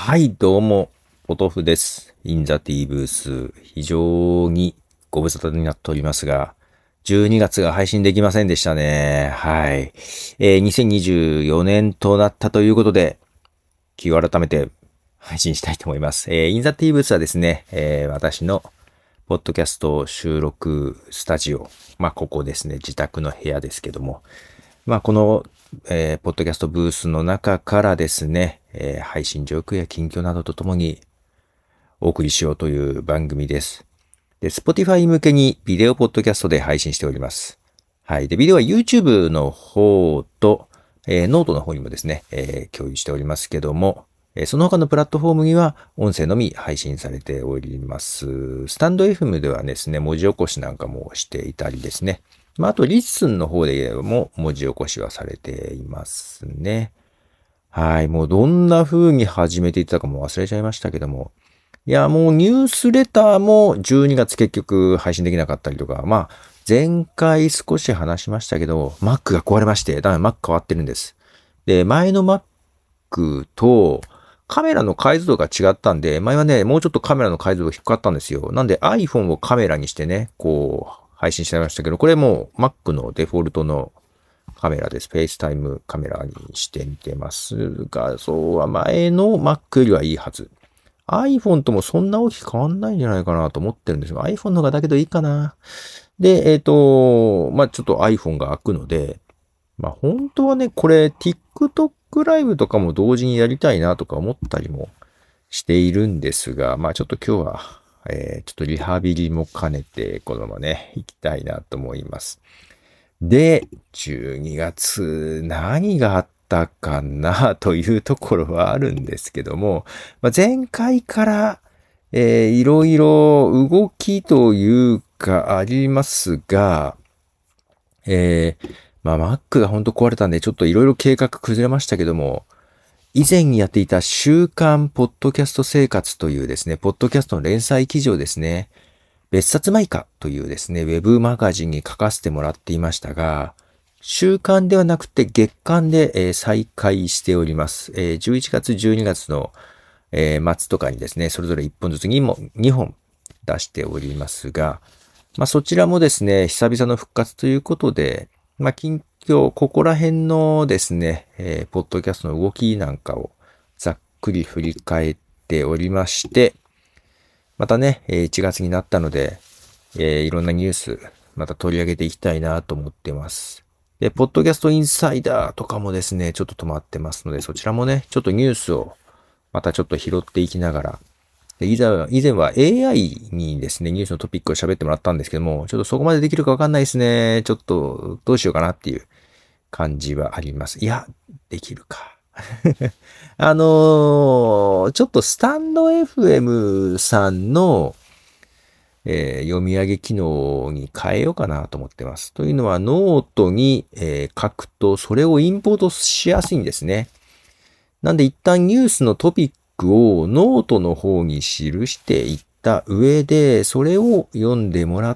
はい、どうも、ポトフです。インザティーブース、非常にご無沙汰になっておりますが、12月が配信できませんでしたね。はい。2024年となったということで、気を改めて配信したいと思います。インザティーブースはですね、私のポッドキャスト収録スタジオ、ここですね、自宅の部屋ですけども、この、ポッドキャストブースの中からですね、配信状況や近況などとともにお送りしようという番組です。で、Spotify 向けにビデオポッドキャストで配信しております。はい。で、ビデオは YouTube の方と、ノートの方にもですね、共有しておりますけども、その他のプラットフォームには音声のみ配信されております。スタンド FM ではですね、文字起こしなんかもしていたりですね。あと、リッスンの方でも文字起こしはされていますね。はい。もうどんな風に始めていったかも忘れちゃいましたけども。いや、もうニュースレターも12月結局配信できなかったりとか、前回少し話しましたけど、Mac が壊れまして、だから Mac 変わってるんです。で、前の Mac とカメラの解像度が違ったんで、前はね、もうちょっとカメラの解像度低かったんですよ。なんで iPhone をカメラにしてね、配信してましたけど、これもう Mac のデフォルトのカメラです。FaceTime カメラにしてみてますが、そうは前の Mac よりはいいはず。iPhone ともそんな大きく変わんないんじゃないかなと思ってるんですが、iPhone の方がだけどいいかな。で、ちょっと iPhone が開くので、本当はね、これ TikTok ライブとかも同時にやりたいなとか思ったりもしているんですが、ちょっと今日は、ちょっとリハビリも兼ねて、このままね、行きたいなと思います。で、12月何があったかなというところはあるんですけども、前回から、いろいろ動きというかありますが、Mac が本当壊れたんで、ちょっといろいろ計画崩れましたけども、以前にやっていた週刊ポッドキャスト生活というですね、ポッドキャストの連載記事をですね、別冊マイカというですね、ウェブマガジンに書かせてもらっていましたが、週刊ではなくて月刊で再開しております。11月、12月の末とかにですね、それぞれ1本ずつ2本出しておりますが、そちらもですね、久々の復活ということで、近況、ここら辺のですね、ポッドキャストの動きなんかをざっくり振り返っておりまして、またね、1月になったので、いろんなニュース、また取り上げていきたいなと思ってます。で、ポッドキャストインサイダーとかもですね、ちょっと止まってますので、そちらもね、ちょっとニュースをまたちょっと拾っていきながら、で以前は AI にですね、ニュースのトピックを喋ってもらったんですけども、ちょっとそこまでできるかわかんないですね。ちょっとどうしようかなっていう感じはあります。いや、できるか。ちょっとスタンド FM さんの、読み上げ機能に変えようかなと思ってます。というのはノートに、書くとそれをインポートしやすいんですね。なんで一旦ニュースのトピックをノートの方に記していった上で、それを読んでもらって、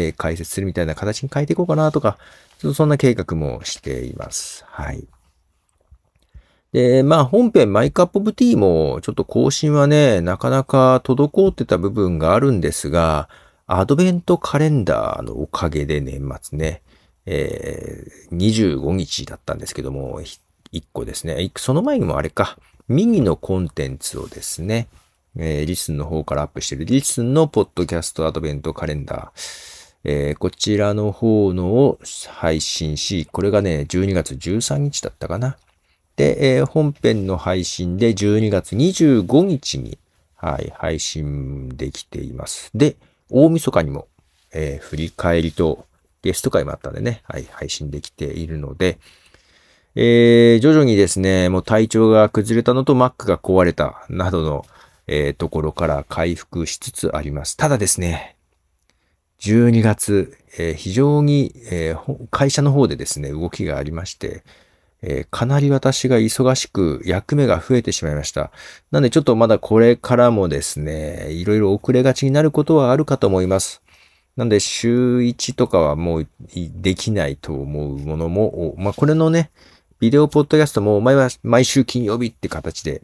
解説するみたいな形に変えていこうかなとか、ちょっとそんな計画もしています。はい。で、本編マイカップオブティーもちょっと更新はね、なかなか滞ってた部分があるんですが、アドベントカレンダーのおかげで年末ね、25日だったんですけども、1個ですね。その前にもあれか、ミニのコンテンツをですね、リスンの方からアップしているリスンのポッドキャストアドベントカレンダー、こちらの方のを配信し、これがね、12月13日だったかな。で、本編の配信で12月25日に、はい、配信できています。で、大晦日にも、振り返りとゲスト会もあったんでね、はい、配信できているので、徐々にですね、もう体調が崩れたのと Mac が壊れたなどの、ところから回復しつつあります。ただですね、12月、非常に、会社の方でですね、動きがありまして、かなり私が忙しく役目が増えてしまいました。なんでちょっとまだこれからもですね、いろいろ遅れがちになることはあるかと思います。なんで週1とかはもうできないと思うものも、これのね、ビデオポッドキャストも前は毎週金曜日って形で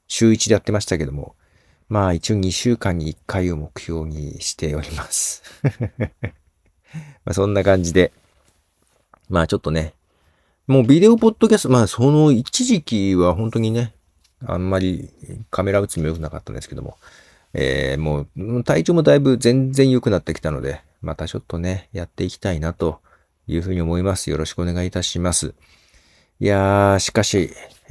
週1でやってましたけども、まあ一応2週間に1回を目標にしております。まあそんな感じで、まあちょっとね、もうビデオポッドキャスト、まあその一時期は本当にね、あんまりカメラ映りも良くなかったんですけども、もう体調もだいぶ全然良くなってきたので、またちょっとね、やっていきたいなというふうに思います。よろしくお願いいたします。いやー、しかし、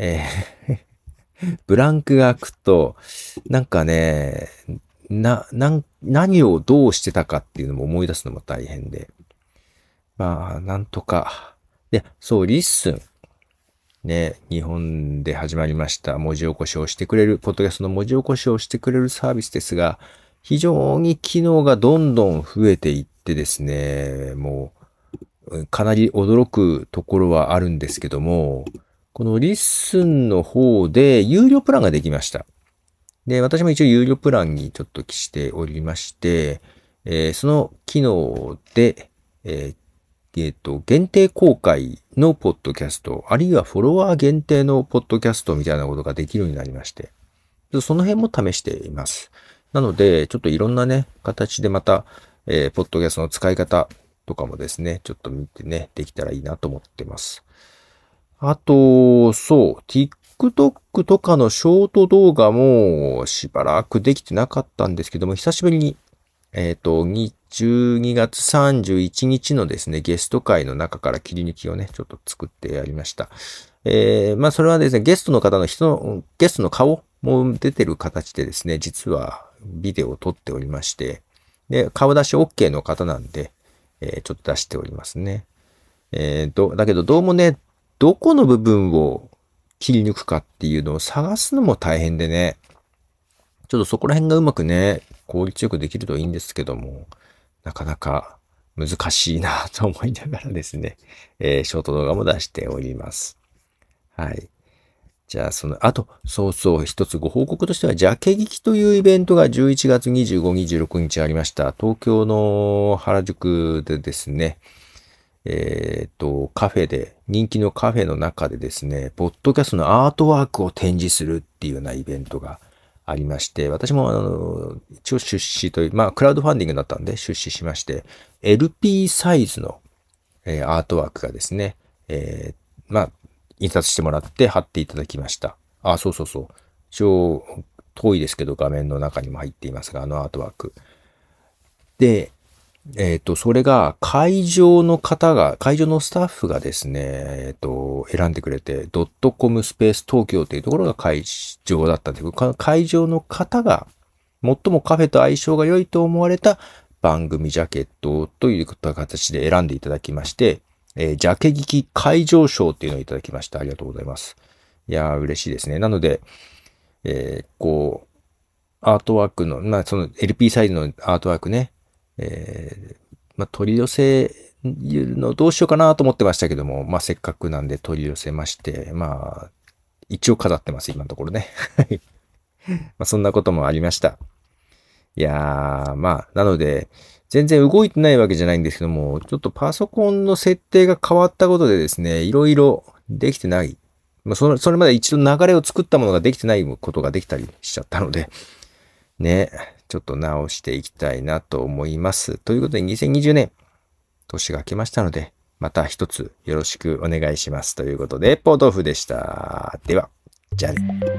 ブランクが空くと、なんかね、何をどうしてたかっていうのも思い出すのも大変で。まあ、なんとか。で、そう、リッスン。ね、日本で始まりました文字起こしをしてくれる、ポッドキャストの文字起こしをしてくれるサービスですが、非常に機能がどんどん増えていってですね、もう、かなり驚くところはあるんですけども、このリッスンの方で有料プランができました。で、私も一応有料プランにちょっとしておりまして、その機能で、限定公開のポッドキャスト、あるいはフォロワー限定のポッドキャストみたいなことができるようになりまして、その辺も試しています。なので、ちょっといろんなね、形でまた、ポッドキャストの使い方とかもですね、ちょっと見てね、できたらいいなと思ってます。あと、そう、TikTok とかのショート動画もしばらくできてなかったんですけども、久しぶりに、12月31日のですね、ゲスト会の中から切り抜きをね、ちょっと作ってやりました。まあ、それはですね、ゲストの方のゲストの顔も出てる形でですね、実はビデオを撮っておりまして、で、顔出し OK の方なんで、ちょっと出しておりますね。だけどどうもね、どこの部分を切り抜くかっていうのを探すのも大変でね、ちょっとそこら辺がうまくね、効率よくできるといいんですけども、なかなか難しいなと思いながらですね、ショート動画も出しております。はい。じゃあ、そうそう、一つご報告としては、ジャケ聞きというイベントが11月25、26日ありました。東京の原宿でですね、カフェで、人気のカフェの中でですね、ポッドキャストのアートワークを展示するっていうようなイベントがありまして、私も一応出資という、まあ、クラウドファンディングだったんで出資しまして、LP サイズの、アートワークがですね、まあ、印刷してもらって貼っていただきました。あ、そうそうそう。一応、遠いですけど画面の中にも入っていますが、あのアートワーク。で、それが会場のスタッフがですね、選んでくれて、ドットコムスペース東京というところが会場だったんですけど、会場の方が、最もカフェと相性が良いと思われた番組ジャケットという形で選んでいただきまして、ジャケ聞き会場賞っていうのをいただきました。ありがとうございます。いやー、嬉しいですね。なので、アートワークの、まあ、その LP サイズのアートワークね、まあ、取り寄せるのどうしようかなと思ってましたけども、まあ、せっかくなんで取り寄せまして、まあ、一応飾ってます、今のところね。まあ、そんなこともありました。いやー、まあ、なので、全然動いてないわけじゃないんですけども、ちょっとパソコンの設定が変わったことでですね、いろいろできてない。まあ、それまで一度流れを作ったものができてないことができたりしちゃったので、ね、ちょっと直していきたいなと思います。ということで2020年、年が明けましたので、また一つよろしくお願いします。ということで、ポトフでした。では、じゃあね。